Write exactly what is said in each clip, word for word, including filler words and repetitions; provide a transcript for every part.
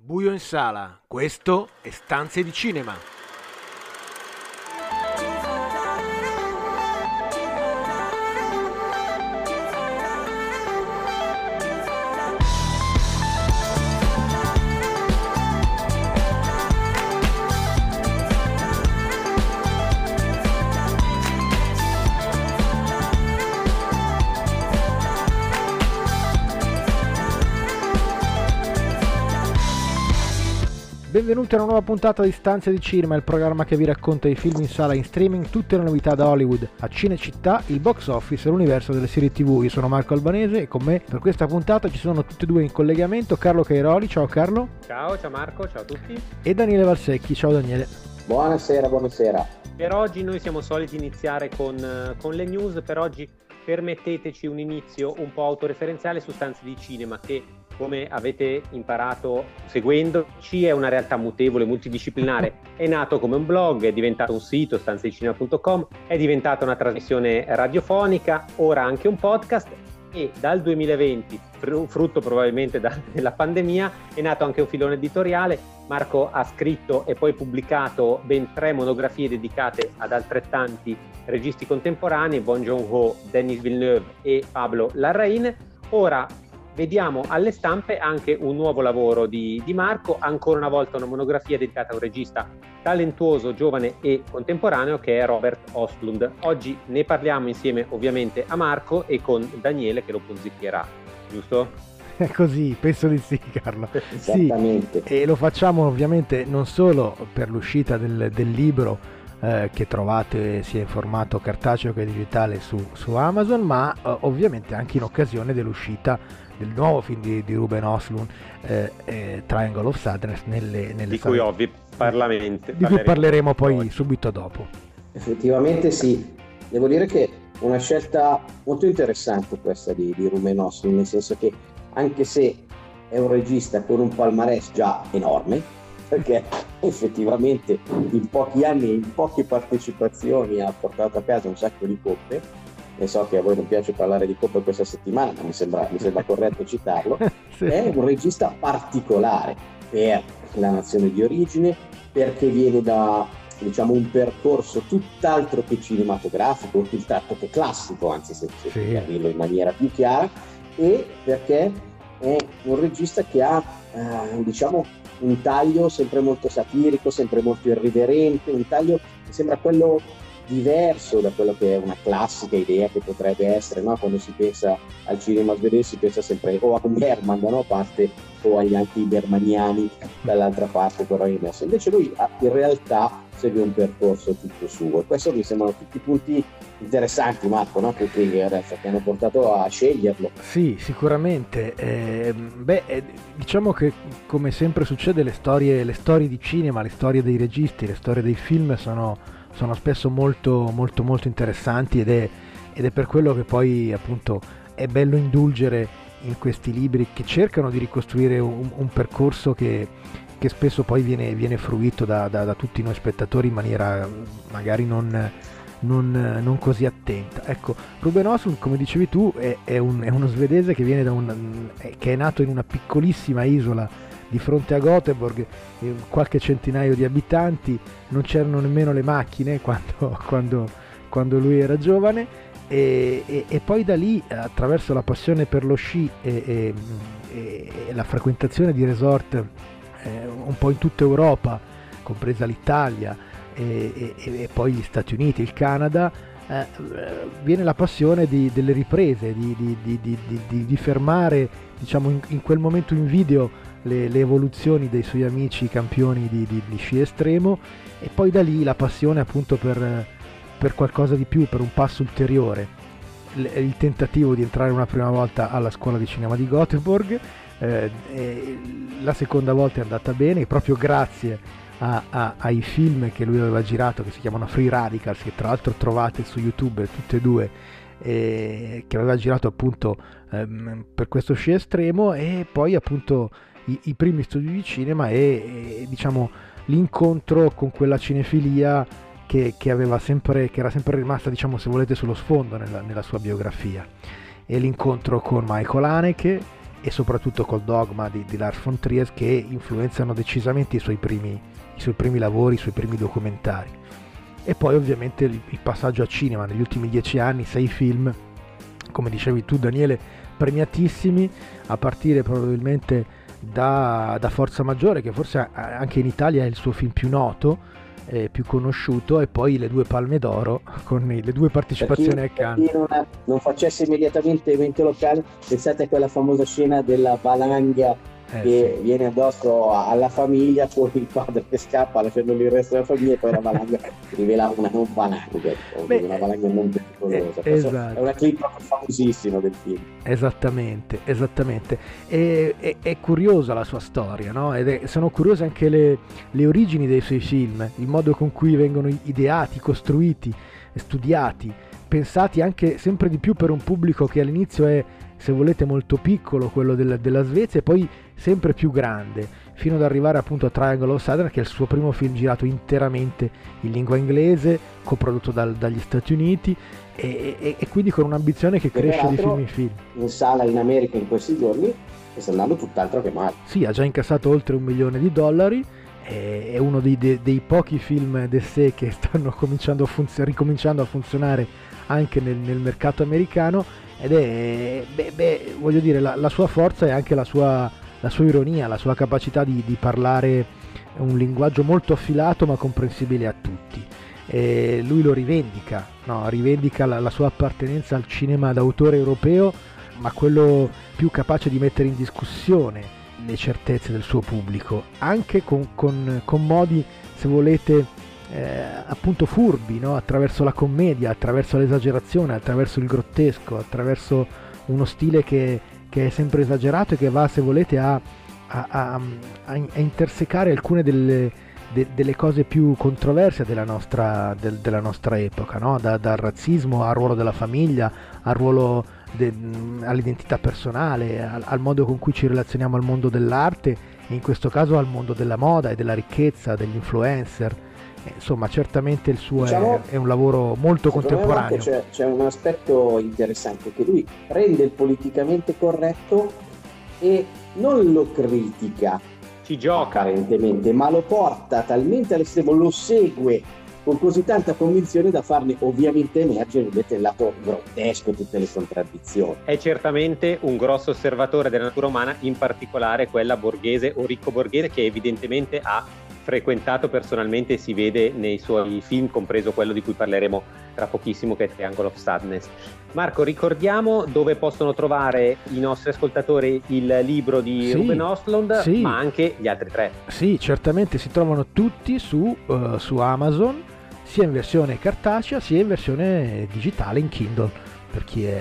Buio in sala, questo è Stanze di Cinema. Benvenuti a una nuova puntata di Stanze di Cinema, il programma che vi racconta i film in sala e in streaming, tutte le novità da Hollywood a Cinecittà, il box office e l'universo delle serie tv. Io sono Marco Albanese e con me per questa puntata ci sono tutti e due in collegamento Carlo Cairoli. Ciao Carlo. Ciao, ciao Marco, ciao a tutti. E Daniele Valsecchi. Ciao Daniele. Buonasera, buonasera. Per oggi noi siamo soliti iniziare con, con le news, per oggi permetteteci un inizio un po' autoreferenziale su Stanze di Cinema che, come avete imparato seguendoci, è una realtà mutevole, multidisciplinare. È nato come un blog, è diventato un sito, stanze di cinema punto com, è diventata una trasmissione radiofonica, ora anche un podcast, e dal duemilaventi, frutto probabilmente da, della pandemia, è nato anche un filone editoriale. Marco ha scritto e poi pubblicato ben tre monografie dedicate ad altrettanti registi contemporanei, Bong Joon-ho, Denis Villeneuve e Pablo Larraín. Ora vediamo alle stampe anche un nuovo lavoro di, di Marco, ancora una volta una monografia dedicata a un regista talentuoso, giovane e contemporaneo che è Robert Ostlund. Oggi ne parliamo insieme ovviamente a Marco e con Daniele che lo punzicchierà, giusto? È così, penso di sì Carlo. Esattamente. Sì, e lo facciamo ovviamente non solo per l'uscita del, del libro eh, che trovate sia in formato cartaceo che digitale su, su Amazon, ma eh, ovviamente anche in occasione dell'uscita del nuovo film di, di Ruben Östlund, eh, eh, Triangle of Sadness, nelle, nelle di sale... cui ovvi parlamente di cui parleremo poi oggi. Subito dopo. Effettivamente sì, devo dire che è una scelta molto interessante questa di, di Ruben Östlund, nel senso che anche se è un regista con un palmarès già enorme, perché effettivamente in pochi anni e in poche partecipazioni ha portato a casa un sacco di coppe, e so che a voi non piace parlare di coppe questa settimana, ma mi sembra, mi sembra corretto citarlo. Sì. È un regista particolare per la nazione di origine, perché viene da, diciamo, un percorso tutt'altro che cinematografico, tutt'altro che classico, anzi se, se sì. per dirlo in maniera più chiara, e perché è un regista che ha eh, diciamo un taglio sempre molto satirico, sempre molto irriverente, un taglio che sembra quello diverso da quello che è una classica idea che potrebbe essere, no? Quando si pensa al cinema svedese si pensa sempre o a un Bergman da una parte o agli anti-bermaniani dall'altra parte con Roy Mess. Invece lui ha, in realtà segue un percorso tutto suo, e questo mi sembrano tutti punti interessanti, Marco, no? Che, che adesso ti hanno portato a sceglierlo. Sì, sicuramente. Eh, beh, eh, diciamo che come sempre succede, le storie, le storie di cinema, le storie dei registi, le storie dei film sono sono spesso molto molto molto interessanti, ed è, ed è per quello che poi appunto è bello indulgere in questi libri che cercano di ricostruire un, un percorso che, che spesso poi viene, viene fruito da, da, da tutti noi spettatori in maniera magari non, non, non così attenta. Ecco, Ruben Östlund, come dicevi tu, è, è, un, è uno svedese che viene da un, che è nato in una piccolissima isola di fronte a Göteborg, qualche centinaio di abitanti, non c'erano nemmeno le macchine quando, quando, quando lui era giovane, e, e, e poi da lì, attraverso la passione per lo sci e, e, e la frequentazione di resort eh, un po' in tutta Europa, compresa l'Italia e, e, e poi gli Stati Uniti, il Canada, eh, viene la passione di, delle riprese, di, di, di, di, di, di fermare, diciamo, in, in quel momento in video Le, le evoluzioni dei suoi amici campioni di, di, di sci estremo, e poi da lì la passione appunto per, per qualcosa di più, per un passo ulteriore, il, il tentativo di entrare una prima volta alla scuola di cinema di Göteborg, eh, e la seconda volta è andata bene proprio grazie a, a, ai film che lui aveva girato, che si chiamano Free Radicals, che tra l'altro trovate su YouTube tutte e due, eh, che aveva girato appunto ehm, per questo sci estremo, e poi appunto I, i primi studi di cinema e, e diciamo l'incontro con quella cinefilia che, che aveva sempre che era sempre rimasta, diciamo, se volete, sullo sfondo nella, nella sua biografia, e l'incontro con Michael Haneke e soprattutto col Dogma di, di Lars von Trier, che influenzano decisamente i suoi primi, i suoi primi lavori, i suoi primi documentari. E poi ovviamente il, il passaggio a cinema, negli ultimi dieci anni, sei film, come dicevi tu Daniele, premiatissimi, a partire probabilmente da, da Forza Maggiore, che forse anche in Italia è il suo film più noto, eh, più conosciuto, e poi le due Palme d'Oro con le due partecipazioni a Cannes. Per chi non, non facesse immediatamente mente locale, pensate a quella famosa scena della valanga eh, che sì. viene addosso alla famiglia, con il padre che scappa lasciando il resto della famiglia, e poi la valanga rivela una non valanga, Beh, una valanga non pericolosa. Eh, esatto. È una clip famosissima del film. Esattamente, esattamente. E, è, è curiosa la sua storia, no? Ed è, sono curiose anche le, le origini dei suoi film, il modo con cui vengono ideati, costruiti, studiati, pensati anche sempre di più per un pubblico che all'inizio è, se volete, molto piccolo, quello del, della Svezia, e poi sempre più grande, fino ad arrivare appunto a Triangle of Sadness, che è il suo primo film girato interamente in lingua inglese, coprodotto dal, dagli Stati Uniti, e, e, e quindi con un'ambizione che, che cresce di film in film. In sala in America in questi giorni e sta andando tutt'altro che male. Sì, ha già incassato oltre un milione di dollari, è uno dei, dei, dei pochi film d'essai che stanno cominciando a funzio- ricominciando a funzionare anche nel, nel mercato americano, ed è, beh, beh, voglio dire, la, la sua forza è anche la sua, la sua ironia, la sua capacità di, di parlare un linguaggio molto affilato ma comprensibile a tutti. E lui lo rivendica, no? rivendica la, la sua appartenenza al cinema d'autore europeo, ma quello più capace di mettere in discussione le certezze del suo pubblico, anche con, con, con modi, se volete, eh, appunto furbi, no? Attraverso la commedia, attraverso l'esagerazione, attraverso il grottesco, attraverso uno stile che, che è sempre esagerato e che va, se volete, a, a, a, a intersecare alcune delle, de, delle cose più controverse della nostra, del, della nostra epoca, no? Da, dal razzismo al ruolo della famiglia, al ruolo de, all'identità personale, al, al modo con cui ci relazioniamo al mondo dell'arte, e in questo caso al mondo della moda e della ricchezza, degli influencer. Insomma, certamente il suo diciamo, è, è un lavoro molto contemporaneo. C'è, c'è un aspetto interessante, che lui prende il politicamente corretto e non lo critica, ci gioca apparentemente, ma lo porta talmente all'estremo, lo segue con così tanta convinzione da farne ovviamente emergere invece il lato grottesco, tutte le contraddizioni. È certamente un grosso osservatore della natura umana, in particolare quella borghese o ricco borghese, che evidentemente ha frequentato personalmente e si vede nei suoi film, compreso quello di cui parleremo tra pochissimo, che è Triangle of Sadness. Marco, ricordiamo dove possono trovare i nostri ascoltatori il libro di sì, Ruben Östlund, sì. ma anche gli altri tre. Sì, certamente si trovano tutti su, uh, su Amazon, sia in versione cartacea sia in versione digitale, in Kindle, per chi è,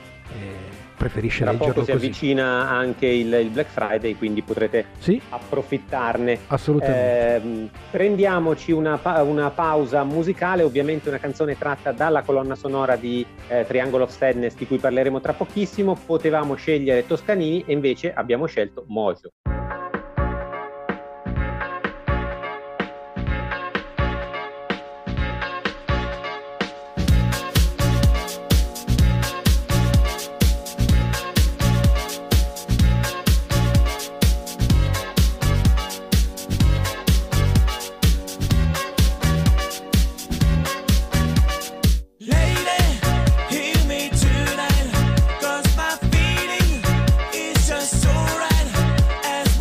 è preferisce Tra leggerlo poco si così. avvicina anche il, il Black Friday, quindi potrete sì, approfittarne. Assolutamente. Eh, prendiamoci una, pa- una pausa musicale, ovviamente una canzone tratta dalla colonna sonora di eh, Triangle of Sadness, di cui parleremo tra pochissimo. Potevamo scegliere Toscanini e invece abbiamo scelto Mojo. Tonight, 'cause my feeling is just so right. As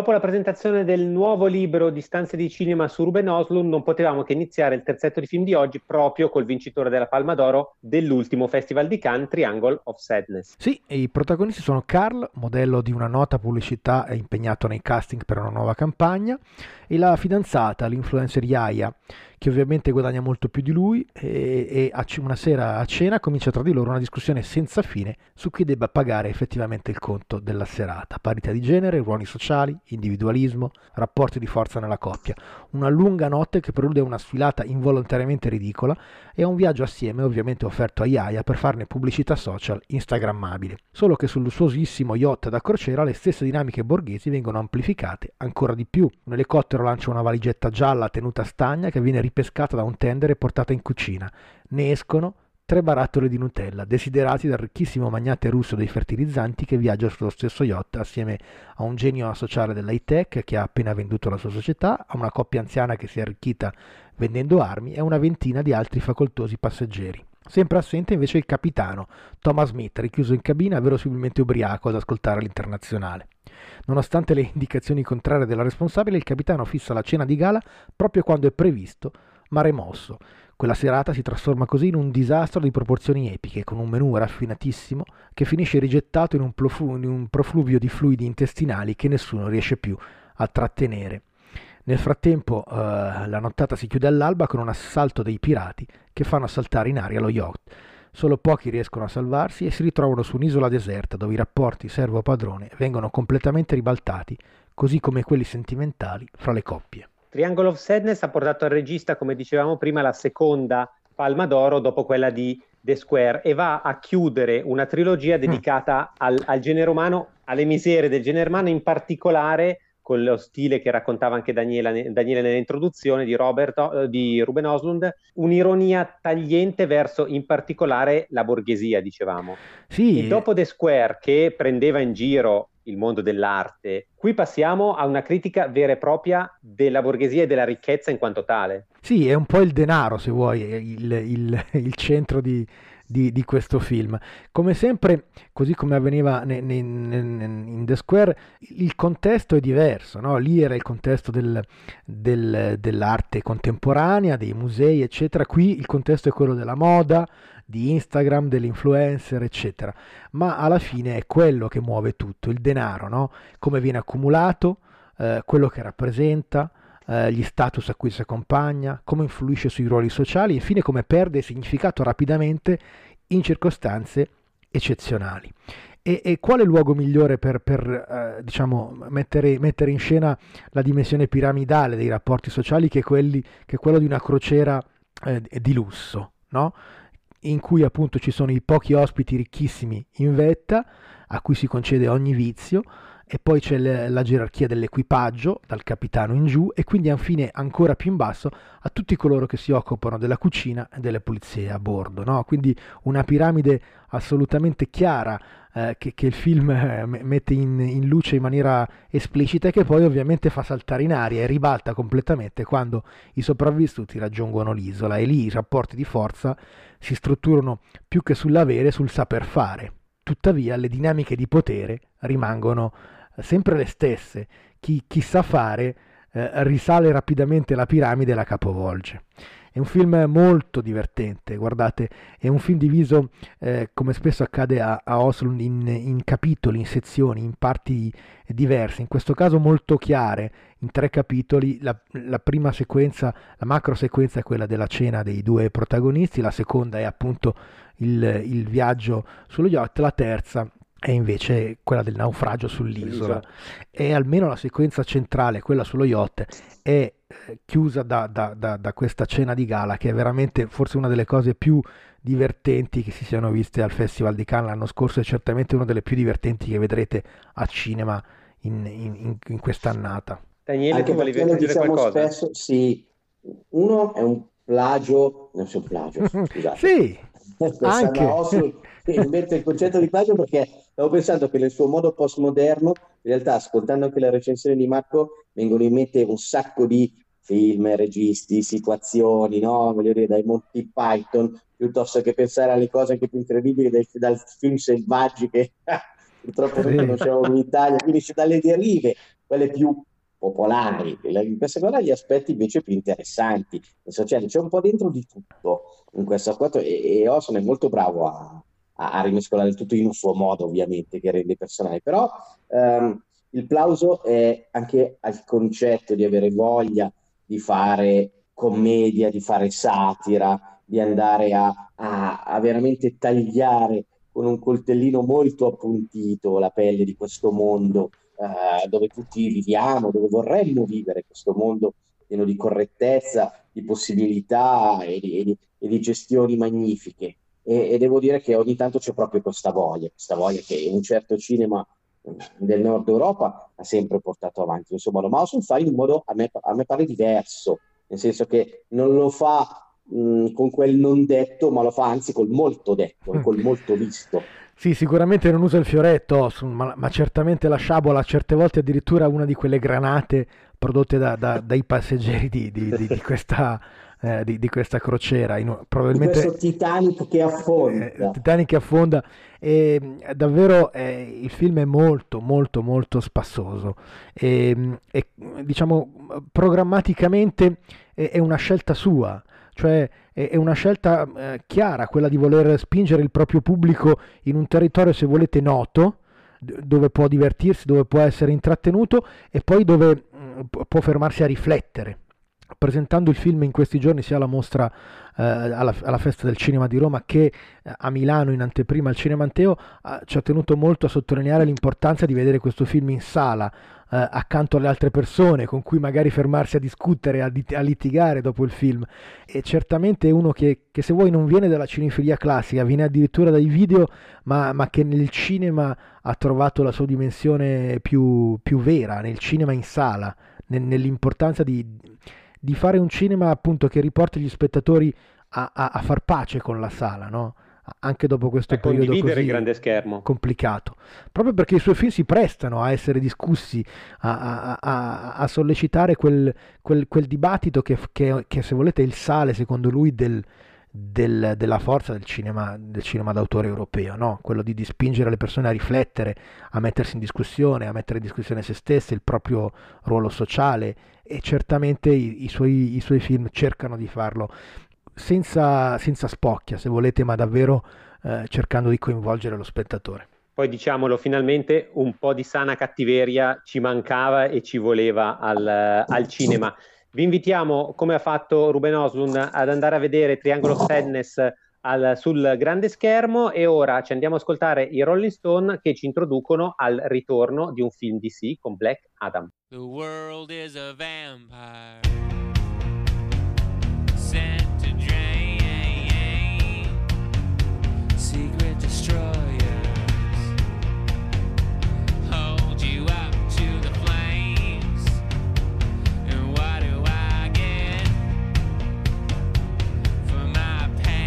dopo la presentazione del nuovo libro di Stanze di Cinema su Ruben Östlund non potevamo che iniziare il terzetto di film di oggi proprio col vincitore della Palma d'Oro dell'ultimo Festival di Cannes, Triangle of Sadness. Sì, i protagonisti sono Carl, modello di una nota pubblicità e impegnato nei casting per una nuova campagna, e la fidanzata, l'influencer Yaya, che ovviamente guadagna molto più di lui, e, e a c- una sera a cena comincia tra di loro una discussione senza fine su chi debba pagare effettivamente il conto della serata. Parità di genere, ruoli sociali, individualismo, rapporti di forza nella coppia. Una lunga notte che prelude a una sfilata involontariamente ridicola e a un viaggio assieme ovviamente offerto a Yaya per farne pubblicità social instagrammabile. Solo che sul lussuosissimo yacht da crociera le stesse dinamiche borghesi vengono amplificate ancora di più. Un elicottero lancia una valigetta gialla tenuta a stagna che viene ripescata da un tender e portata in cucina. Ne escono tre barattoli di Nutella, desiderati dal ricchissimo magnate russo dei fertilizzanti che viaggia sullo stesso yacht assieme a un genio a sociale dell'high tech che ha appena venduto la sua società, a una coppia anziana che si è arricchita vendendo armi e a una ventina di altri facoltosi passeggeri. Sempre assente invece il capitano, Thomas Smith, richiuso in cabina, verosimilmente ubriaco ad ascoltare l'internazionale. Nonostante le indicazioni contrarie della responsabile, il capitano fissa la cena di gala proprio quando è previsto Mare Mosso. Quella serata si trasforma così in un disastro di proporzioni epiche, con un menù raffinatissimo che finisce rigettato in un, proflu- in un profluvio di fluidi intestinali che nessuno riesce più a trattenere. Nel frattempo eh, la nottata si chiude all'alba con un assalto dei pirati che fanno saltare in aria lo yacht. Solo pochi riescono a salvarsi e si ritrovano su un'isola deserta dove i rapporti servo-padrone vengono completamente ribaltati, così come quelli sentimentali fra le coppie. Triangle of Sadness ha portato al regista, come dicevamo prima, la seconda Palma d'Oro dopo quella di The Square e va a chiudere una trilogia dedicata mm. al, al genere umano, alle miserie del genere umano, in particolare con lo stile che raccontava anche Daniela, Daniele nell'introduzione di, Robert, di Ruben Östlund, un'ironia tagliente verso in particolare la borghesia, dicevamo. Sì. E dopo The Square, che prendeva in giro il mondo dell'arte, qui passiamo a una critica vera e propria della borghesia e della ricchezza in quanto tale. Sì, è un po' il denaro, se vuoi, il, il, il centro di, di, di questo film. Come sempre, così come avveniva ne, ne, ne, in The Square, il contesto è diverso, no? Lì era il contesto del, del, dell'arte contemporanea, dei musei, eccetera. Qui il contesto è quello della moda, di Instagram, dell'influencer, eccetera. Ma alla fine è quello che muove tutto, il denaro, no? Come viene accumulato, eh, quello che rappresenta, eh, gli status a cui si accompagna, come influisce sui ruoli sociali e infine come perde significato rapidamente in circostanze eccezionali. E, e quale luogo migliore per, per eh, diciamo, mettere, mettere in scena la dimensione piramidale dei rapporti sociali che, quelli, che quello di una crociera eh, di lusso, no? In cui appunto ci sono i pochi ospiti ricchissimi in vetta a cui si concede ogni vizio, e poi c'è le, la gerarchia dell'equipaggio dal capitano in giù, e quindi infine ancora più in basso a tutti coloro che si occupano della cucina e delle pulizie a bordo, no? Quindi una piramide assolutamente chiara eh, che, che il film eh, mette in, in luce in maniera esplicita e che poi ovviamente fa saltare in aria e ribalta completamente quando i sopravvissuti raggiungono l'isola, e lì i rapporti di forza si strutturano più che sull'avere, sul saper fare. Tuttavia le dinamiche di potere rimangono sempre le stesse. Chi, chi sa fare eh, risale rapidamente la piramide e la capovolge. È un film molto divertente, guardate, è un film diviso, eh, come spesso accade a, a Östlund, in, in capitoli, in sezioni, in parti diverse, in questo caso molto chiare, in tre capitoli. La, la prima sequenza, la macro sequenza è quella della cena dei due protagonisti, la seconda è appunto il, il viaggio sullo yacht, la terza è invece quella del naufragio sull'isola. E almeno la sequenza centrale, quella sullo yacht, è chiusa da, da, da, da questa cena di gala che è veramente forse una delle cose più divertenti che si siano viste al Festival di Cannes l'anno scorso, e certamente una delle più divertenti che vedrete a cinema in, in, in quest'annata. Daniele, anche tu volevi aggiungere diciamo qualcosa? Spesso, sì, uno è un plagio, non so, un plagio, scusate. Sì, anche. Osso, inventa il concetto di plagio, perché stavo pensando che nel suo modo postmoderno, in realtà, ascoltando anche la recensione di Marco, vengono in mente un sacco di film, registi, situazioni, no? Voglio dire, dai Monty Python, piuttosto che pensare alle cose anche più incredibili dal, dal film Selvaggi che purtroppo noi conosciamo in Italia, quindi c'è dalle derive, quelle più popolari, in questa cosa gli aspetti invece più interessanti, nel sociale, c'è un po' dentro di tutto in questo fatto e, e Orson è molto bravo a, a, a rimescolare il tutto in un suo modo ovviamente che rende personale, però ehm, il plauso è anche al concetto di avere voglia di fare commedia, di fare satira, di andare a, a, a veramente tagliare con un coltellino molto appuntito la pelle di questo mondo eh, dove tutti viviamo, dove vorremmo vivere questo mondo pieno di correttezza, di possibilità e di, e di, e di gestioni magnifiche. E, e devo dire che ogni tanto c'è proprio questa voglia, questa voglia che un certo cinema del nord Europa ha sempre portato avanti. Insomma, lo Mauson fa in un modo, a me, a me pare diverso, nel senso che non lo fa mh, con quel non detto, ma lo fa anzi col molto detto e col molto visto. Sì, sicuramente non usa il fioretto, ma, ma certamente la sciabola, certe volte addirittura una di quelle granate prodotte da, da, dai passeggeri di, di, di, di, questa, eh, di, di questa crociera. In, probabilmente, di questo Titanic che affonda. Eh, Titanic che affonda. E, davvero eh, il film è molto, molto, molto spassoso. E, e diciamo, programmaticamente è, è una scelta sua. Cioè è una scelta eh, chiara, quella di voler spingere il proprio pubblico in un territorio, se volete, noto, dove può divertirsi, dove può essere intrattenuto e poi dove mh, può fermarsi a riflettere. Presentando il film in questi giorni sia alla mostra eh, alla, alla Festa del Cinema di Roma che eh, a Milano in anteprima al Cinemanteo, eh, ci ha tenuto molto a sottolineare l'importanza di vedere questo film in sala eh, accanto alle altre persone con cui magari fermarsi a discutere, a, a litigare dopo il film. E certamente è uno che, che se vuoi non viene dalla cinefilia classica, viene addirittura dai video, ma, ma che nel cinema ha trovato la sua dimensione più, più vera, nel cinema in sala, nel, nell'importanza di di fare un cinema appunto che riporti gli spettatori a, a, a far pace con la sala, no? Anche dopo questo a periodo condividere così il grande schermo complicato, proprio perché i suoi film si prestano a essere discussi, a, a, a, a sollecitare quel, quel, quel dibattito che, che, che se volete è il sale secondo lui del, del, della forza del cinema, del cinema d'autore europeo, no? Quello di, di spingere le persone a riflettere, a mettersi in discussione, a mettere in discussione se stesse, il proprio ruolo sociale, e certamente i, i, suoi, i suoi film cercano di farlo senza, senza spocchia, se volete, ma davvero eh, cercando di coinvolgere lo spettatore. Poi diciamolo, finalmente un po' di sana cattiveria ci mancava e ci voleva al, al cinema. Vi invitiamo, come ha fatto Ruben Östlund, ad andare a vedere Triangle of Sadness al, sul grande schermo, e ora ci andiamo a ascoltare i Rolling Stone che ci introducono al ritorno di un film D C con Black Adam. The world is a vampire sent to drain secret destroyers hold you up to the flames, and what do I get for my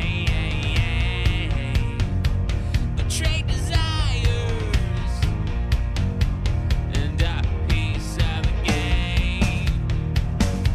pain? Betrayed desires and a piece of the game.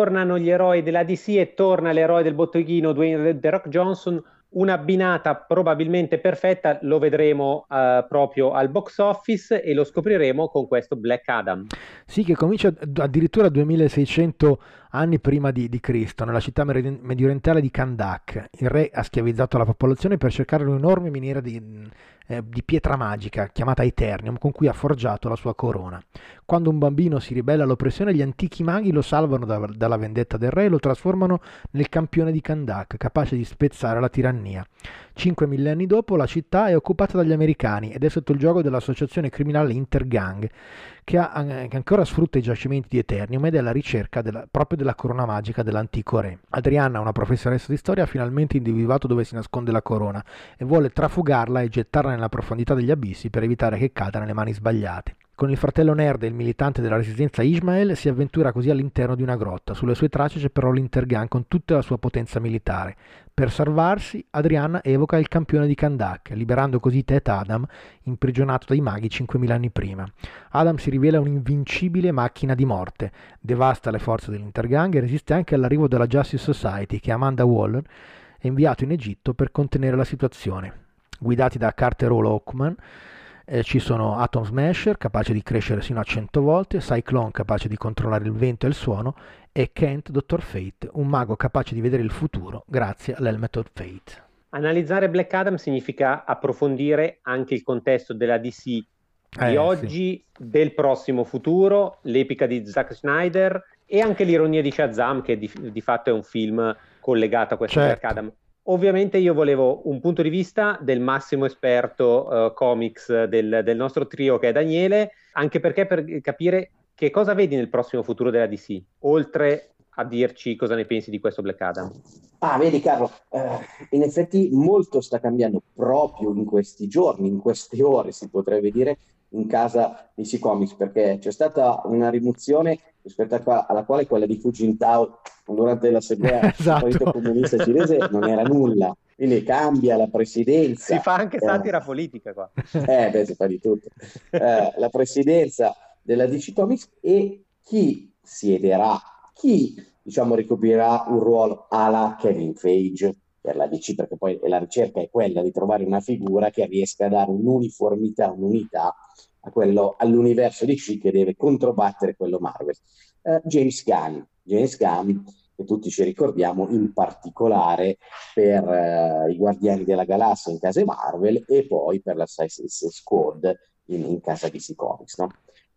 tornano gli eroi della D C e torna l'eroe del botteghino Dwayne The Rock Johnson, un'abbinata probabilmente perfetta, lo vedremo uh, proprio al box office e lo scopriremo con questo Black Adam. Sì, che comincia addirittura duemilaseicento anni prima di, di Cristo, nella città mediorientale di Kandak. Il re ha schiavizzato la popolazione per cercare un'enorme miniera di, eh, di pietra magica, chiamata Eternium, con cui ha forgiato la sua corona. Quando un bambino si ribella all'oppressione, gli antichi maghi lo salvano da, dalla vendetta del re e lo trasformano nel campione di Kandak, capace di spezzare la tirannia. Cinque millenni dopo, la città è occupata dagli americani ed è sotto il gioco dell'associazione criminale Intergang, che, ha, che ancora sfrutta i giacimenti di Eternium ed è alla ricerca della, proprio della corona magica dell'antico re. Adrianna, una professoressa di storia, ha finalmente individuato dove si nasconde la corona e vuole trafugarla e gettarla nella profondità degli abissi per evitare che cada nelle mani sbagliate. Con il fratello nerd e il militante della resistenza Ishmael si avventura così all'interno di una grotta. Sulle sue tracce c'è però l'Intergang con tutta la sua potenza militare. Per salvarsi, Adrianna evoca il campione di Kandak, liberando così Tet Adam, imprigionato dai maghi cinquemila anni prima. Adam si rivela un'invincibile macchina di morte, devasta le forze dell'Intergang e resiste anche all'arrivo della Justice Society, che Amanda Waller è inviato in Egitto per contenere la situazione. Guidati da Carter Hall Oakman, Eh, ci sono Atom Smasher, capace di crescere sino a cento volte, Cyclone, capace di controllare il vento e il suono, e Kent, Dottor Fate, un mago capace di vedere il futuro grazie all'Helmet of Fate. Analizzare Black Adam significa approfondire anche il contesto della D C di Eh, oggi, del prossimo futuro, l'epica di Zack Snyder e anche l'ironia di Shazam, che di, di fatto è un film collegato a questo Certo. Black Adam. Ovviamente io volevo un punto di vista del massimo esperto uh, comics del, del nostro trio, che è Daniele, anche perché per capire che cosa vedi nel prossimo futuro della D C, oltre a dirci cosa ne pensi di questo Black Adam. Ah, vedi Carlo, eh, in effetti molto sta cambiando proprio in questi giorni, in queste ore, si potrebbe dire, in casa D C Comics, perché c'è stata una rimozione rispetto a qua- alla quale quella di Fu Jintao durante l'assemblea del Esatto. Partito Comunista Cinese non era nulla, quindi cambia la presidenza. Si fa anche Eh, satira politica qua. eh, beh, si fa di tutto. Eh, la presidenza della D C Comics e chi siederà, chi diciamo ricoprirà un ruolo alla Kevin Feige per la D C, perché poi la ricerca è quella di trovare una figura che riesca a dare un'uniformità, un'unità a quello, all'universo D C che deve controbattere quello Marvel. Eh, James Gunn, James Gunn, che tutti ci ricordiamo in particolare per eh, i Guardiani della Galassia in casa Marvel e poi per la Suicide Squad in, in casa D C Comics, no?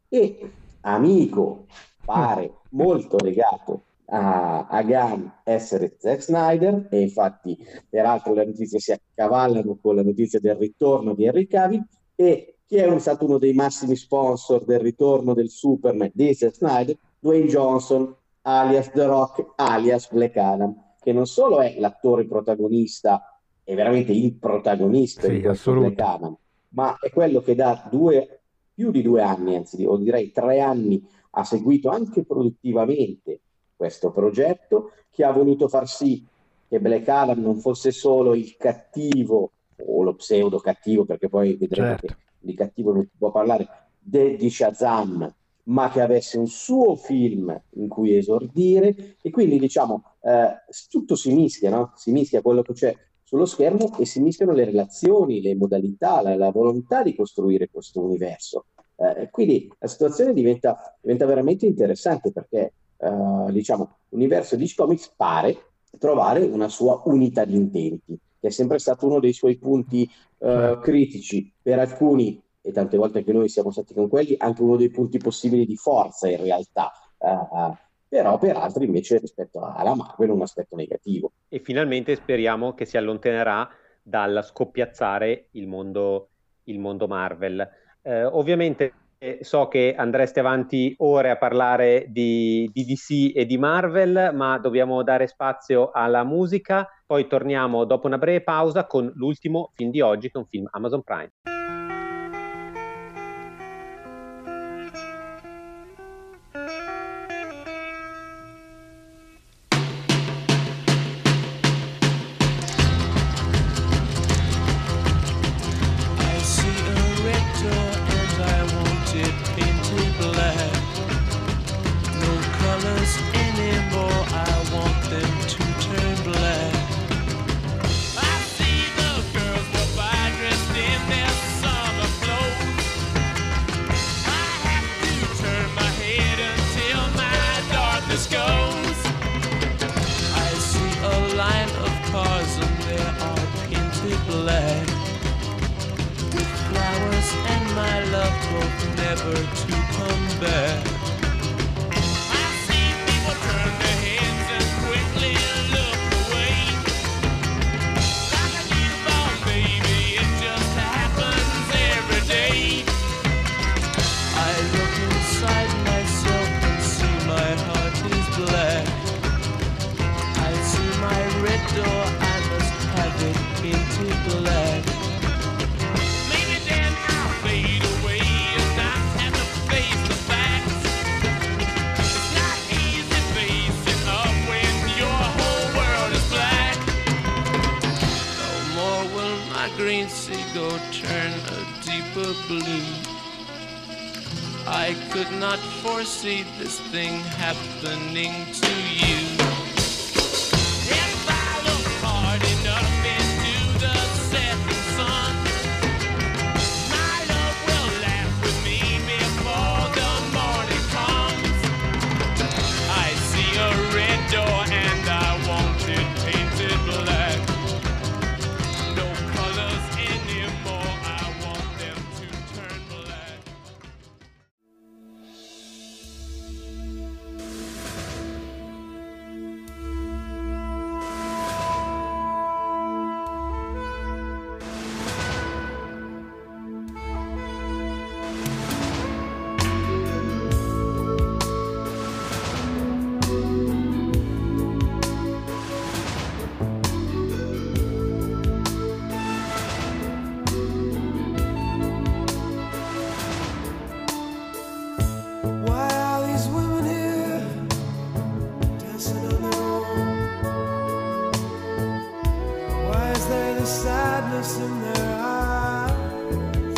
E amico, pare molto legato a, a Gunn essere Zack Snyder, e infatti peraltro le notizie si accavallano con la notizia del ritorno di Henry Cavill, e chi è stato uno dei massimi sponsor del ritorno del Superman di Zack Snyder? Dwayne Johnson, alias The Rock, alias Black Adam, che non solo è l'attore protagonista, è veramente il protagonista Sì, di questo assoluto. Black Adam, ma è quello che da due, più di due anni, anzi o direi tre anni, ha seguito anche produttivamente questo progetto, che ha voluto far sì che Black Adam non fosse solo il cattivo o lo pseudo cattivo, perché poi vedremo Certo. che di cattivo non si può parlare, de- di Shazam, ma che avesse un suo film in cui esordire, e quindi diciamo eh, tutto si mischia, no? Si mischia quello che c'è sullo schermo e si mischiano le relazioni, le modalità, la, la volontà di costruire questo universo. Eh, quindi la situazione diventa, diventa veramente interessante, perché eh, diciamo l'universo di D C Comics pare trovare una sua unità di intenti, che è sempre stato uno dei suoi punti eh, Certo. critici per alcuni, e tante volte anche noi siamo stati con quelli, anche uno dei punti possibili di forza in realtà, eh, però per altri invece rispetto alla Marvel un aspetto negativo. E finalmente speriamo che si allontanerà dal scoppiazzare il mondo, il mondo Marvel. Eh, ovviamente eh, so che andreste avanti ore a parlare di, di D C e di Marvel, ma dobbiamo dare spazio alla musica. Poi torniamo dopo una breve pausa con l'ultimo film di oggi, che è un film Amazon Prime. I see a red door and I want it painted black. No colors anymore. loved hope never to come back. I see people turn their heads and quickly look away. Like a newborn baby, it just happens every day. I look inside myself and see my heart is black. I see my red door, I must have it painted black. Maybe then I'll fade away and not have to face the facts. It's not easy facing up when your whole world is black. No more will my green seagull turn a deeper blue. I could not foresee this thing happening to you. If I look hard enough into the setting sun, my love will laugh with me before the morning comes. I see a red door and I want it painted black. No colors anymore, I want them to turn black. Why are these women here dancing on their own? Why is there this sadness in their eyes?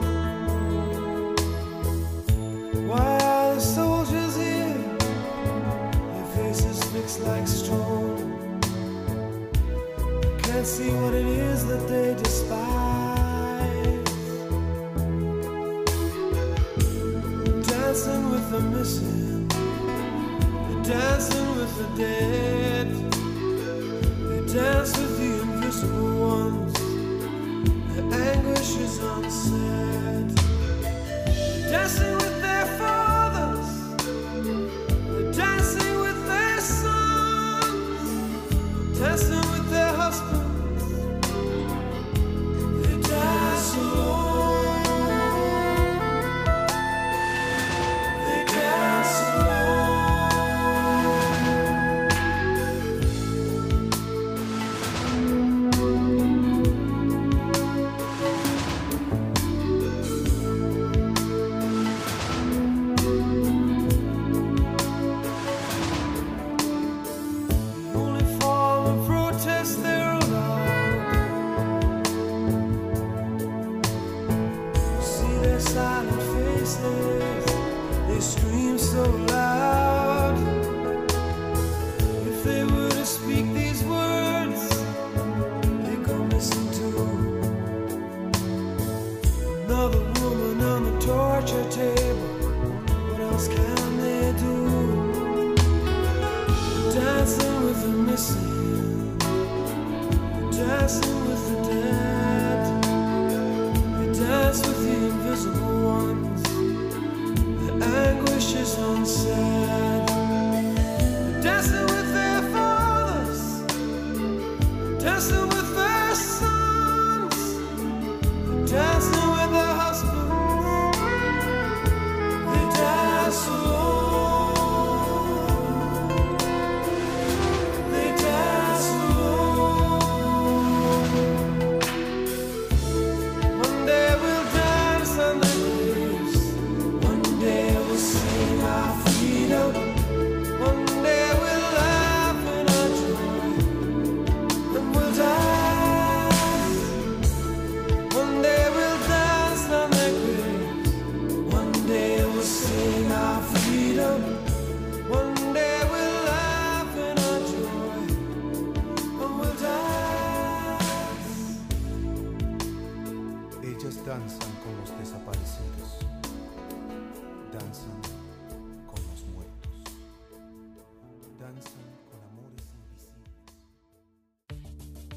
Why are the soldiers here, their faces fixed like stone? Can't see what it is that they despise. Dancing with the missing, they're dancing with the dead. They dance with the invisible ones, their anguish is unsaid. They're dancing with their fathers, they're dancing with their sons, dancing with their husbands. They dance alone. They dance alone. The only form of protest they're allowed. See their silent faces, they scream so loud. If they were to speak these words, they go missing too. Another woman on the torture table, what else can they do? Dancing with the missing, dancing with the dead. They dance with the invisible ones, the anguish is unsaid. They're dancing with their fathers, dancing with their sons, they're dancing with their husbands. They dance alone. They dance alone. One day we'll dance on the graves. One day we'll sing our freedom. One day we'll laugh in our joy. And we'll dance. One day we'll dance on their graves. One day we'll sing our freedom. One day we'll laugh in our joy. And we'll dance. Ellas danzan con los desaparecidos, danzan con los muertos, danzan con amores invisibles.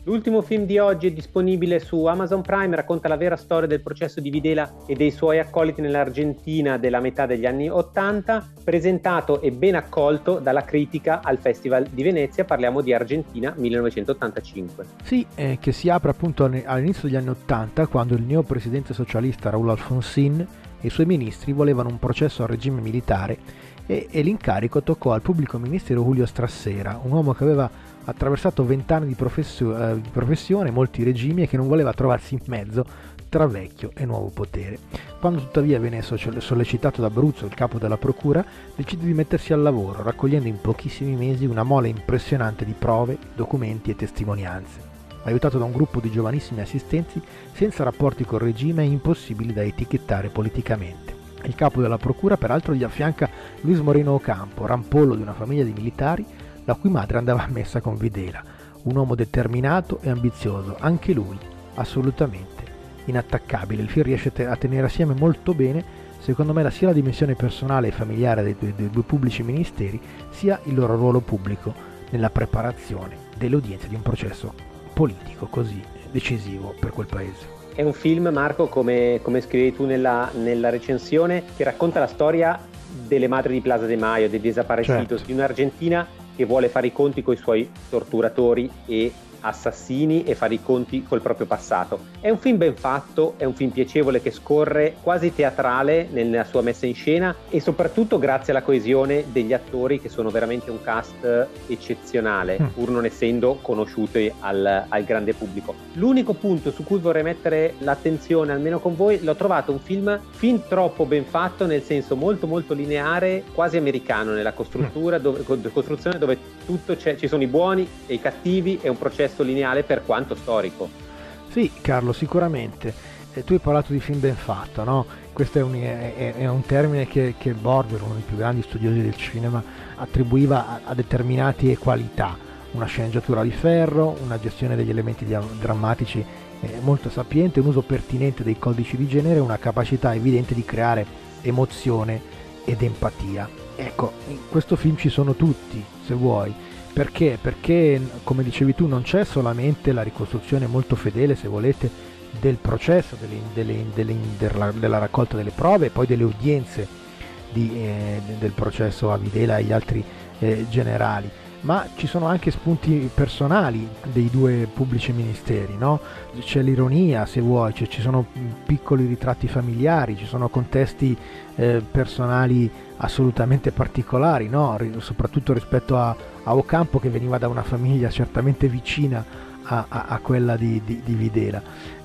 L'ultimo film di oggi è disponibile su Amazon Prime, racconta la vera storia del processo di Videla e dei suoi accoliti nell'Argentina della metà degli anni Ottanta, presentato e ben accolto dalla critica al Festival di Venezia. Parliamo di Argentina millenovecentottantacinque. Sì, eh, che si apre appunto all'inizio degli anni Ottanta, quando il neopresidente socialista Raúl Alfonsín e i suoi ministri volevano un processo al regime militare e, e l'incarico toccò al pubblico ministero Julio Strassera, un uomo che aveva attraversato vent'anni di, professio- eh, di professione, molti regimi, e che non voleva trovarsi in mezzo tra vecchio e nuovo potere. Quando tuttavia venne sollecitato da Abruzzo, il capo della procura, decide di mettersi al lavoro, raccogliendo in pochissimi mesi una mole impressionante di prove, documenti e testimonianze. Aiutato da un gruppo di giovanissimi assistenti senza rapporti col regime e impossibili da etichettare politicamente. Il capo della procura peraltro gli affianca Luis Moreno Ocampo, rampollo di una famiglia di militari, la cui madre andava a messa con Videla, un uomo determinato e ambizioso, anche lui assolutamente inattaccabile. Il film riesce a tenere assieme molto bene, secondo me, sia la dimensione personale e familiare dei due, dei due pubblici ministeri, sia il loro ruolo pubblico nella preparazione delle udienze di un processo politico così decisivo per quel paese. È un film, Marco, come, come scrivi tu nella, nella recensione, che racconta la storia delle madri di Plaza de Mayo, dei desaparecidos, certo, di un'Argentina che vuole fare i conti con i suoi torturatori e assassini e fare i conti col proprio passato. È un film ben fatto, è un film piacevole che scorre, quasi teatrale nella sua messa in scena, e soprattutto grazie alla coesione degli attori, che sono veramente un cast eccezionale, mm. pur non essendo conosciuti al, al grande pubblico. L'unico punto su cui vorrei mettere l'attenzione, almeno con voi, l'ho trovato un film fin troppo ben fatto, nel senso molto molto lineare, quasi americano nella costruttura, dove, costruzione dove tutto c'è, ci sono i buoni e i cattivi, è un processo lineare per quanto storico. Sì, Carlo, sicuramente. Eh, tu hai parlato di film ben fatto, no? Questo è un, è, è un termine che, che Borger, uno dei più grandi studiosi del cinema, attribuiva a, a determinate qualità: una sceneggiatura di ferro, una gestione degli elementi di, drammatici eh, molto sapiente, un uso pertinente dei codici di genere, una capacità evidente di creare emozione ed empatia. Ecco, in questo film ci sono tutti, se vuoi. Perché? Perché, come dicevi tu, non c'è solamente la ricostruzione molto fedele, se volete, del processo, delle, delle, delle, della, della raccolta delle prove e poi delle udienze di, eh, del processo a Videla e agli altri eh, generali, ma ci sono anche spunti personali dei due pubblici ministeri, no? C'è l'ironia, se vuoi, cioè, ci sono piccoli ritratti familiari, ci sono contesti eh, personali assolutamente particolari, no? Soprattutto rispetto a, a Ocampo, che veniva da una famiglia certamente vicina a, a, a quella di, di, di Videla,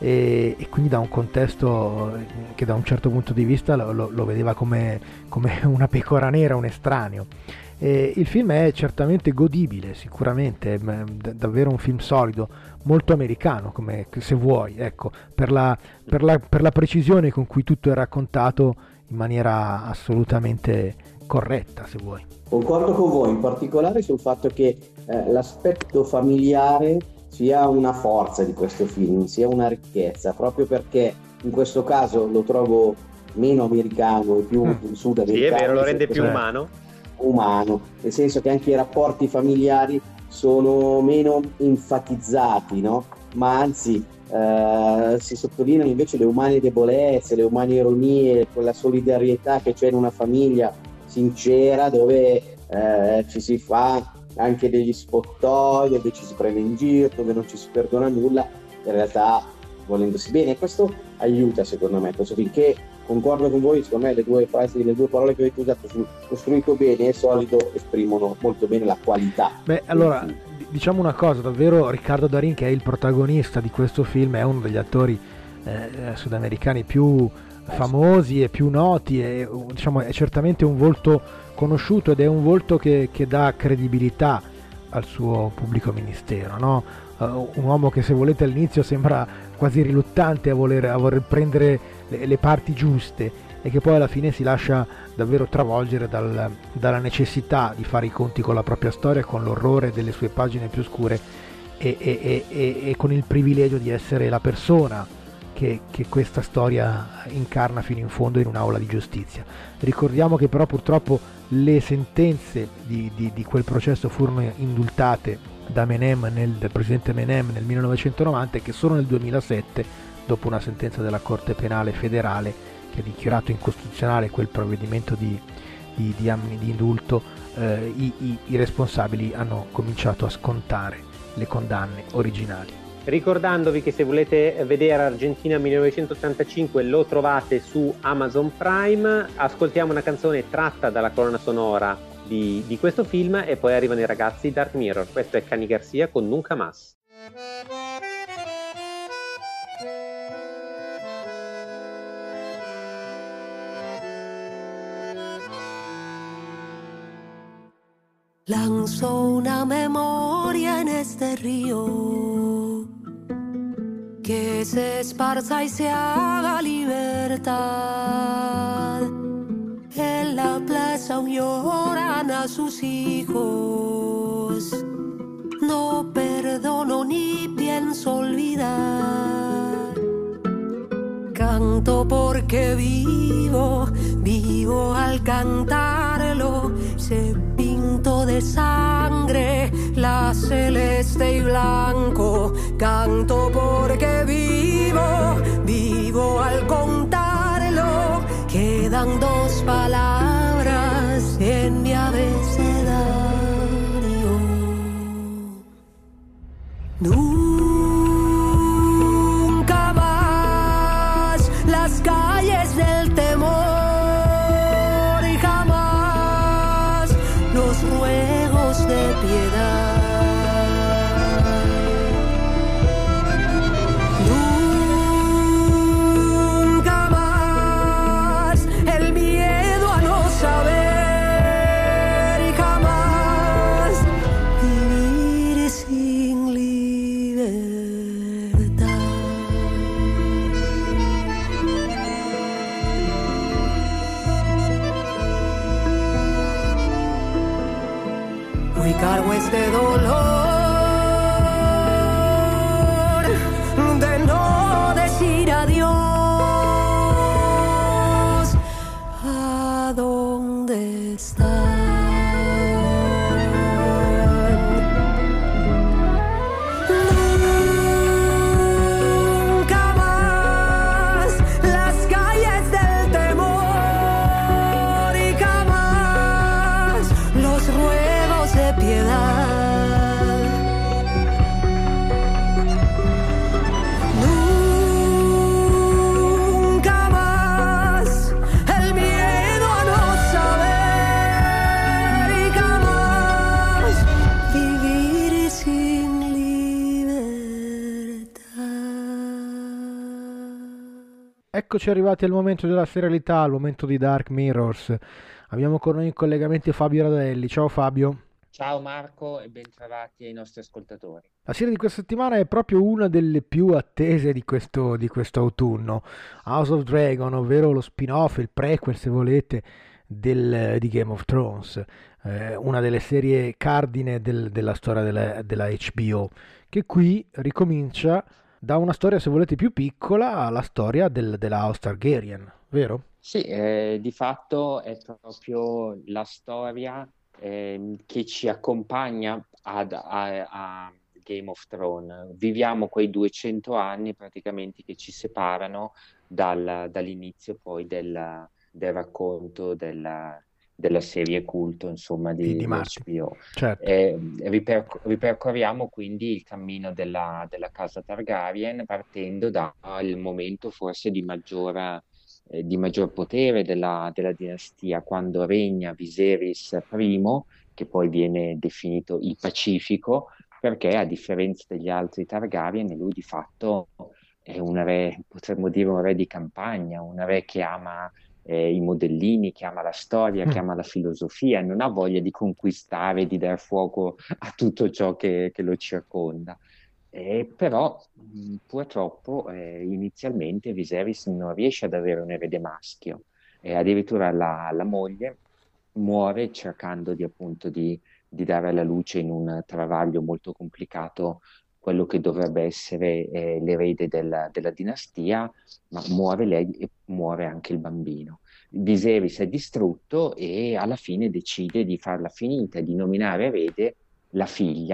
e, e quindi da un contesto che da un certo punto di vista lo, lo, lo vedeva come, come una pecora nera, un estraneo. E il film è certamente godibile, sicuramente, è davvero un film solido, molto americano, come se vuoi, ecco, per la, per la, per la precisione con cui tutto è raccontato in maniera assolutamente corretta, se vuoi. Concordo con voi, in particolare sul fatto che eh, l'aspetto familiare sia una forza di questo film, sia una ricchezza, proprio perché in questo caso lo trovo meno americano e più mm. sudamericano. Sì, è vero, lo rende più umano. umano, nel senso che anche i rapporti familiari sono meno enfatizzati, no? Ma anzi eh, si sottolineano invece le umane debolezze, le umane ironie, quella solidarietà che c'è in una famiglia sincera, dove eh, ci si fa anche degli spottoi, dove ci si prende in giro, dove non ci si perdona nulla, in realtà volendosi bene. E questo aiuta, secondo me, questo finché concordo con voi, secondo me le due frasi, le due parole che avete usato sul costruito bene e solido esprimono molto bene la qualità. Beh, allora, diciamo una cosa, davvero Riccardo Darín, che è il protagonista di questo film, è uno degli attori eh, sudamericani più famosi e più noti, e, diciamo, è certamente un volto conosciuto ed è un volto che, che dà credibilità al suo pubblico ministero, no? Uh, un uomo che, se volete, all'inizio sembra quasi riluttante a voler, a voler prendere le, le parti giuste, e che poi alla fine si lascia davvero travolgere dal, dalla necessità di fare i conti con la propria storia, con l'orrore delle sue pagine più oscure e, e, e, e con il privilegio di essere la persona che, che questa storia incarna fino in fondo in un'aula di giustizia. Ricordiamo che però purtroppo le sentenze di, di, di quel processo furono indultate da Menem nel, del presidente Menem nel millenovecentonovanta, e che solo nel duemilasette, dopo una sentenza della Corte Penale federale che ha dichiarato incostituzionale quel provvedimento di, di, di, amni- di indulto, eh, i, i, i responsabili hanno cominciato a scontare le condanne originali. Ricordandovi che se volete vedere Argentina millenovecentottantacinque lo trovate su Amazon Prime. Ascoltiamo una canzone tratta dalla colonna sonora di, di questo film e poi arrivano i ragazzi di Dark Mirror. Questo è Cani Garcia con Nunca Más. Lanzo una memoria en este río, que se esparza y se haga libertad. En la plaza lloran a sus hijos, no perdono ni pienso olvidar. Canto porque vivo, vivo al cantarlo, se pinto de sangre la celeste y blanco. Canto porque vivo, vivo al contarlo. Quedan dos palabras en mi abecedario. Nunca más las calles del temor, y jamás los ruegos de piedad. Nunca más el miedo a no saber, y jamás vivir sin libertad. Hoy cargo este dolor de no decir adiós. ¿A dónde están? Nunca más las calles del temor, y jamás los ruegos de piedad. Nunca más el miedo a no saber, y jamás vivir sin libertad. Eccoci arrivati al momento della serialità, al momento di Dark Mirrors. Abbiamo con noi in collegamento Fabio Radelli. Ciao Fabio. Ciao Marco e bentrovati ai nostri ascoltatori. La serie di questa settimana è proprio una delle più attese di questo, di questo autunno. House of Dragon, ovvero lo spin-off, il prequel se volete, del, di Game of Thrones, eh, una delle serie cardine del- della storia della, della H B O, che qui ricomincia da una storia se volete più piccola alla storia del- della House Targaryen, vero? Sì, eh, di fatto è proprio la storia ehm, che ci accompagna ad- a, a Game of Thrones. Viviamo quei duecento anni praticamente che ci separano dal- dall'inizio poi del, del racconto della, della serie culto, insomma, Di, di, di di Martin, H B O. certo. Eh, riperc- ripercorriamo quindi il cammino della, della casa Targaryen partendo dal momento forse di maggior, eh, di maggior potere della, della dinastia, quando regna Viserys I, che poi viene definito il Pacifico, perché a differenza degli altri Targaryen, lui di fatto è un re, potremmo dire un re di campagna, un re che ama eh, i modellini, che ama la storia, che Mm. ama la filosofia, non ha voglia di conquistare, di dar fuoco a tutto ciò che, che lo circonda. Eh, però mh, purtroppo eh, inizialmente Viserys non riesce ad avere un erede maschio, e addirittura la, la moglie muore cercando di appunto di, di dare alla luce in un travaglio molto complicato quello che dovrebbe essere eh, l'erede della, della dinastia, ma muore lei e muore anche il bambino. Viserys è distrutto e alla fine decide di farla finita, di nominare erede la figlia,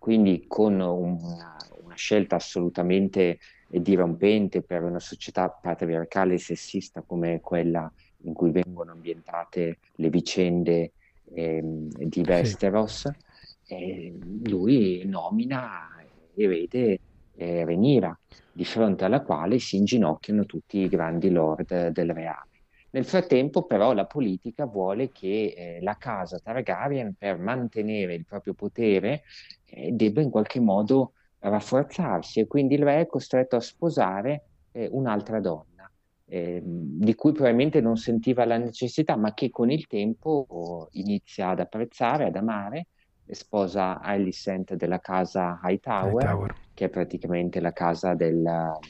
quindi con una, una scelta assolutamente dirompente per una società patriarcale e sessista come quella in cui vengono ambientate le vicende ehm, di Sì. Westeros, eh, lui nomina erede eh, Rhaenyra, di fronte alla quale si inginocchiano tutti i grandi lord del reame. Nel frattempo, però, la politica vuole che eh, la casa Targaryen, per mantenere il proprio potere, eh, debba in qualche modo rafforzarsi, e quindi il re è costretto a sposare eh, un'altra donna, eh, di cui probabilmente non sentiva la necessità, ma che con il tempo inizia ad apprezzare, ad amare. E sposa Alicent della casa Hightower, Hightower. che è praticamente la casa del,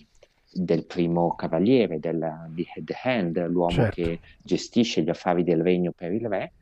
del primo cavaliere, del, di The Hand, l'uomo Certo. che gestisce gli affari del regno per il re,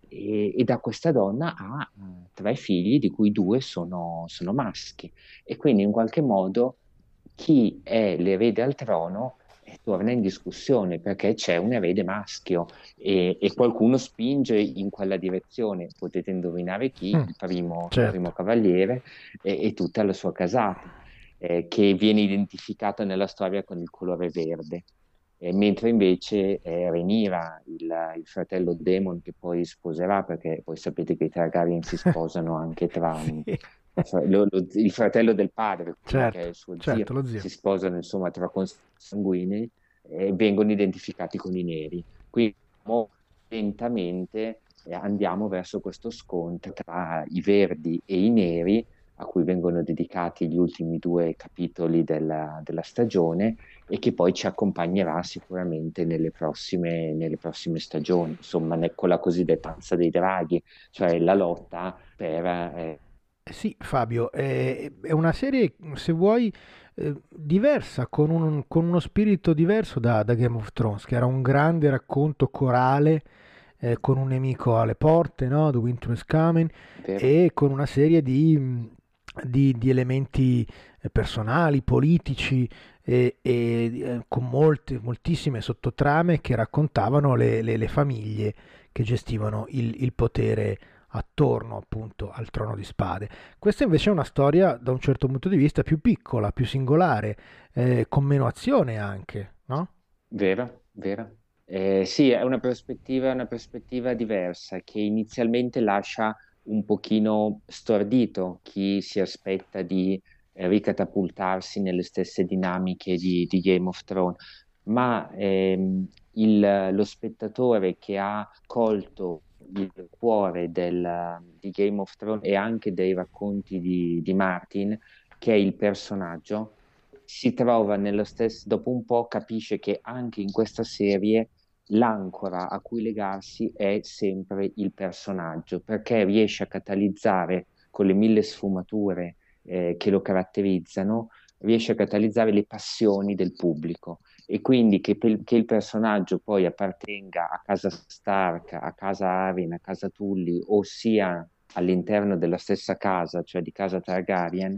e, e da questa donna ha eh, tre figli, di cui due sono, sono maschi. E quindi in qualche modo chi è l'erede al trono eh, torna in discussione, perché c'è un erede maschio e, e qualcuno spinge in quella direzione. Potete indovinare chi? Mm, Il primo, il certo. primo cavaliere e, e tutta la sua casata, eh, che viene identificata nella storia con il colore verde. Eh, mentre invece eh, Rhaenyra, il, il fratello Daemon, che poi sposerà, perché poi sapete che i Targaryen si sposano anche tra Sì. fra- lo- lo- il fratello del padre, quello che è Certo, il suo zio, certo, lo zio. si sposano insomma tra consanguinei e vengono identificati con i neri. Quindi mo- lentamente eh, andiamo verso questo scontro tra i verdi e i neri, a cui vengono dedicati gli ultimi due capitoli della, della stagione, e che poi ci accompagnerà sicuramente nelle prossime, nelle prossime stagioni, insomma, ne- con la cosiddetta danza dei draghi, cioè la lotta per... eh, Eh Sì, Fabio, è, è una serie, se vuoi, eh, diversa, con, un- con uno spirito diverso da, da Game of Thrones, che era un grande racconto corale, eh, con un nemico alle porte, no? The Winter is Coming, vero? e con una serie di, mh, di- di elementi eh, personali, politici, e, e, eh, con molte, moltissime sottotrame che raccontavano le, le- le famiglie che gestivano il, il potere attorno appunto al trono di spade. Questa invece è una storia da un certo punto di vista più piccola, più singolare, eh, con meno azione anche, no? Vero, vero. Eh, sì, è una prospettiva, una prospettiva diversa che inizialmente lascia un pochino stordito chi si aspetta di eh, ricatapultarsi nelle stesse dinamiche di, di Game of Thrones, ma ehm, il- lo spettatore che ha colto il cuore del- di Game of Thrones e anche dei racconti di, di Martin, che è il personaggio, si trova nello stesso, dopo un po' capisce che anche in questa serie l'ancora a cui legarsi è sempre il personaggio, perché riesce a catalizzare con le mille sfumature eh, che lo caratterizzano, riesce a catalizzare le passioni del pubblico. E quindi che, pel- che il personaggio poi appartenga a casa Stark, a casa Arryn, a casa Tully, o sia all'interno della stessa casa, cioè di casa Targaryen,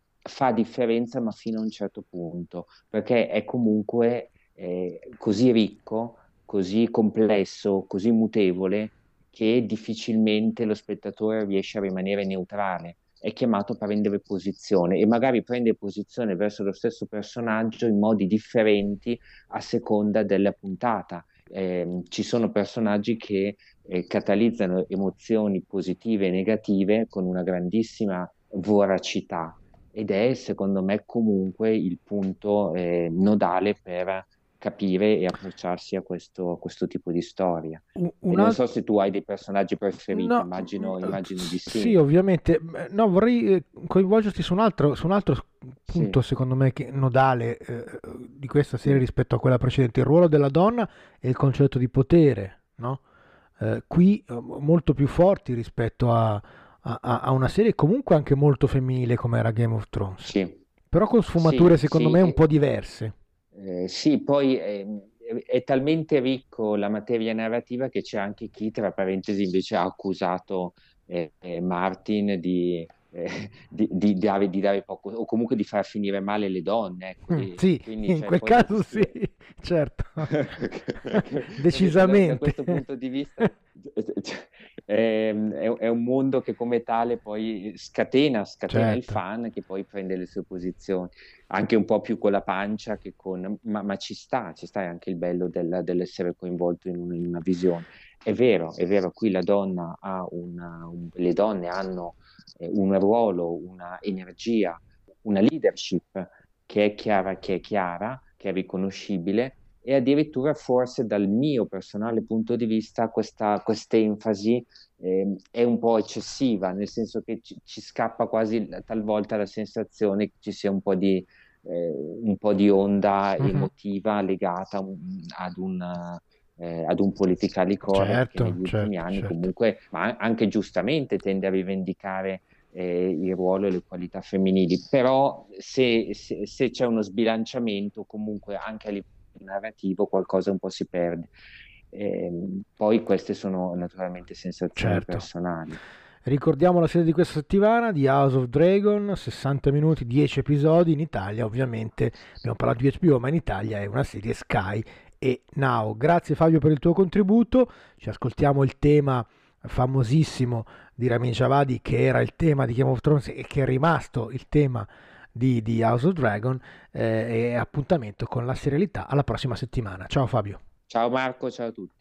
fa differenza, ma fino a un certo punto, perché è comunque eh, così ricco, così complesso, così mutevole, che difficilmente lo spettatore riesce a rimanere neutrale. È chiamato a prendere posizione, e magari prende posizione verso lo stesso personaggio in modi differenti a seconda della puntata. Eh, ci sono personaggi che eh, catalizzano emozioni positive e negative con una grandissima voracità, ed è secondo me comunque il punto eh, nodale per capire e approcciarsi a questo, a questo tipo di storia. Un, E un non al- so se tu hai dei personaggi preferiti, No, immagino, mm, immagino di sì, sì. ovviamente. Beh, no, vorrei eh, coinvolgerti su un altro, su un altro s- punto, Sì, secondo me, che nodale eh, di questa serie sì, rispetto a quella precedente, il ruolo della donna e il concetto di potere, no? Eh, qui eh, molto più forti rispetto a, a- a- a una serie comunque anche molto femminile come era Game of Thrones, sì, però con sfumature sì, secondo sì, me un po' e- diverse. eh, sì, poi ehm, è, è talmente ricco la materia narrativa che c'è anche chi, tra parentesi, invece ha accusato eh, eh, Martin di, eh, di, di dare, di dare poco, o comunque di far finire male le donne, ecco, Mm, di- sì, quindi in cioè, quel poi da caso sì, questo, certo, capito? Da, da decisamente. questo punto di vista è, è- è un un mondo che come tale poi scatena, scatena il Certo. fan che poi prende le sue posizioni, anche un po' più con la pancia che con... Ma, ma ci sta, ci sta, è anche il bello del- dell'essere coinvolto in, un- in una visione. È vero, è vero, qui la donna ha una, un- le donne hanno eh, un ruolo, una energia, una leadership che è chiara, che è chiara, che è riconoscibile, e addirittura forse dal mio personale punto di vista questa quest'enfasi ehm, è un po' eccessiva, nel senso che ci, ci scappa quasi talvolta la sensazione che ci sia un po' di, eh, un po' di onda Mhm. emotiva legata a un- ad un, eh, ad un politically correct che Certo, negli ultimi certo, anni certo. comunque, ma anche giustamente, tende a rivendicare eh, il ruolo e le qualità femminili, però se, se- se c'è uno sbilanciamento comunque anche a livello narrativo qualcosa un po' si perde. Ehm, poi queste sono naturalmente sensazioni Certo. personali. Ricordiamo la serie di questa settimana di House of Dragon, sessanta minuti, dieci episodi in Italia, ovviamente abbiamo parlato di H B O, ma in Italia è una serie Sky e Now. Grazie Fabio per il tuo contributo, ci ascoltiamo il tema famosissimo di Ramin Djawadi, che era il tema di Game of Thrones e che è rimasto il tema di, di House of Dragon, eh, e appuntamento con la serialità alla prossima settimana. Ciao Fabio. Ciao Marco, ciao a tutti.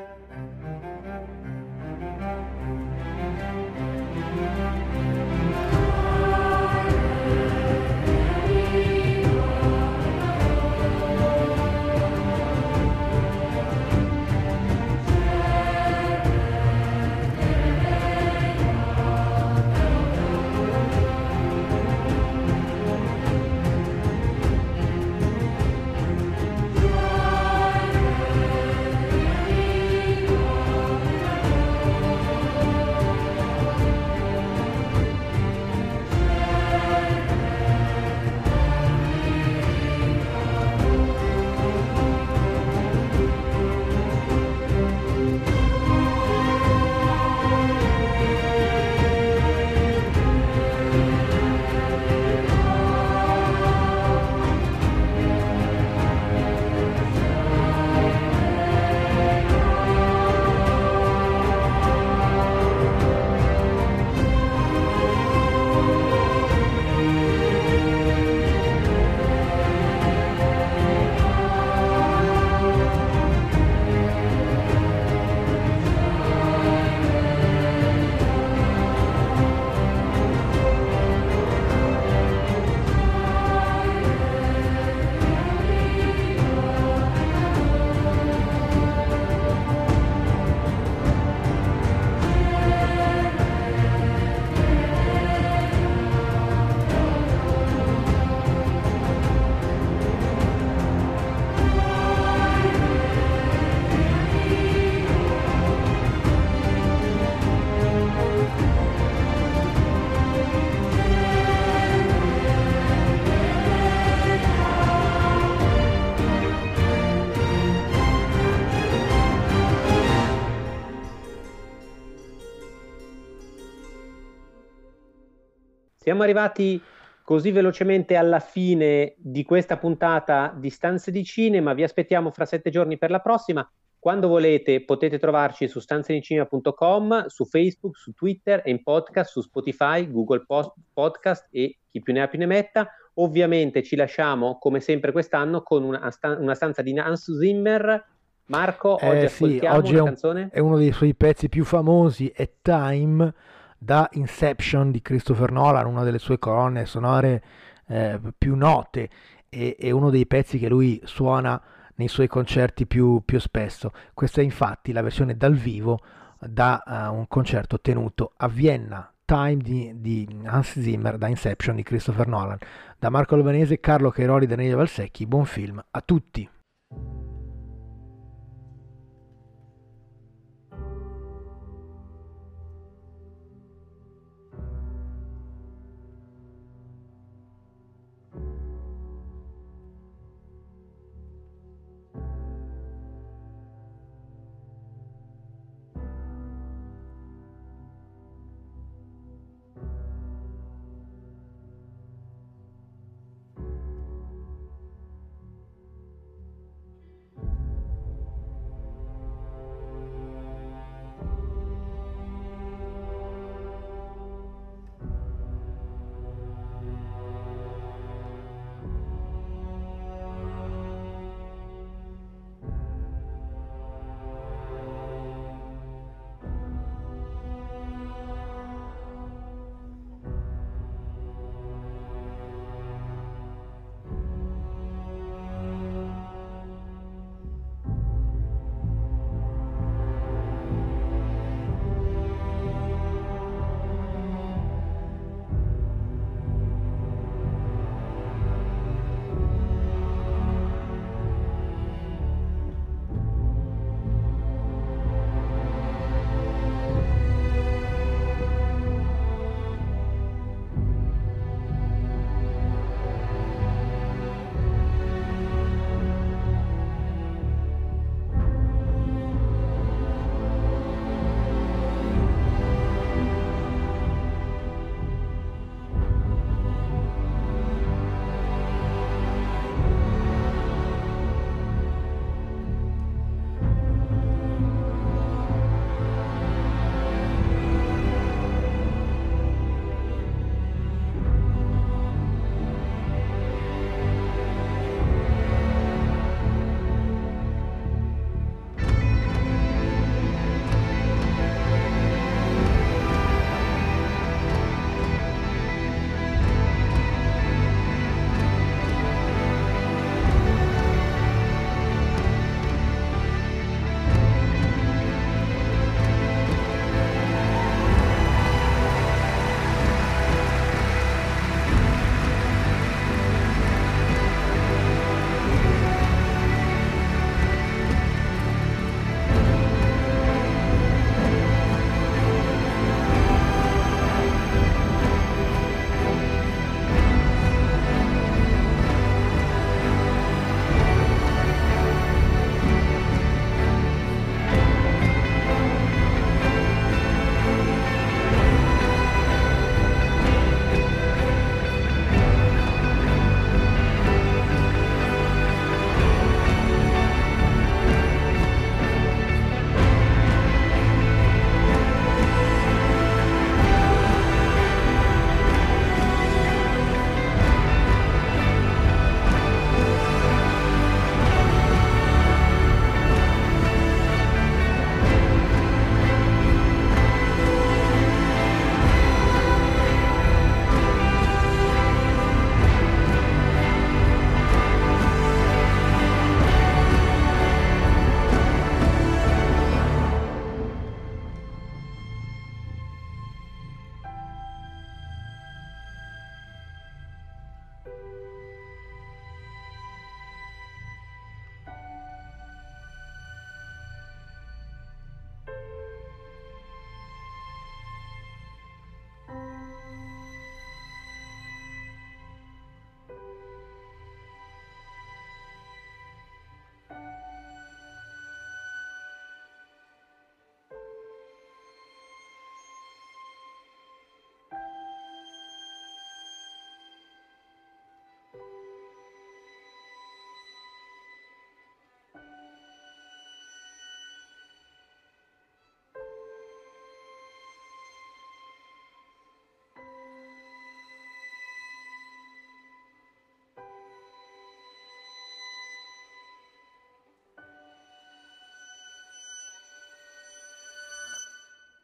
Siamo arrivati così velocemente alla fine di questa puntata di Stanze di Cinema. Vi aspettiamo fra sette giorni per la prossima. Quando volete potete trovarci su stanzedicinema punto com, su Facebook, su Twitter e in podcast su Spotify, Google Post- Podcast e chi più ne ha più ne metta. Ovviamente ci lasciamo come sempre quest'anno con una, stan- una stanza di Hans Zimmer. Marco, oggi Eh sì, ascoltiamo oggi è, una un- canzone? è uno dei suoi pezzi più famosi, è Time, da Inception di Christopher Nolan, una delle sue colonne sonore eh, più note, e è uno dei pezzi che lui suona nei suoi concerti più, più spesso. Questa è infatti la versione dal vivo da eh, un concerto tenuto a Vienna. Time di, di Hans Zimmer, da Inception di Christopher Nolan. Da Marco Albanese, Carlo Cairoli, Daniele Valsecchi, buon film a tutti.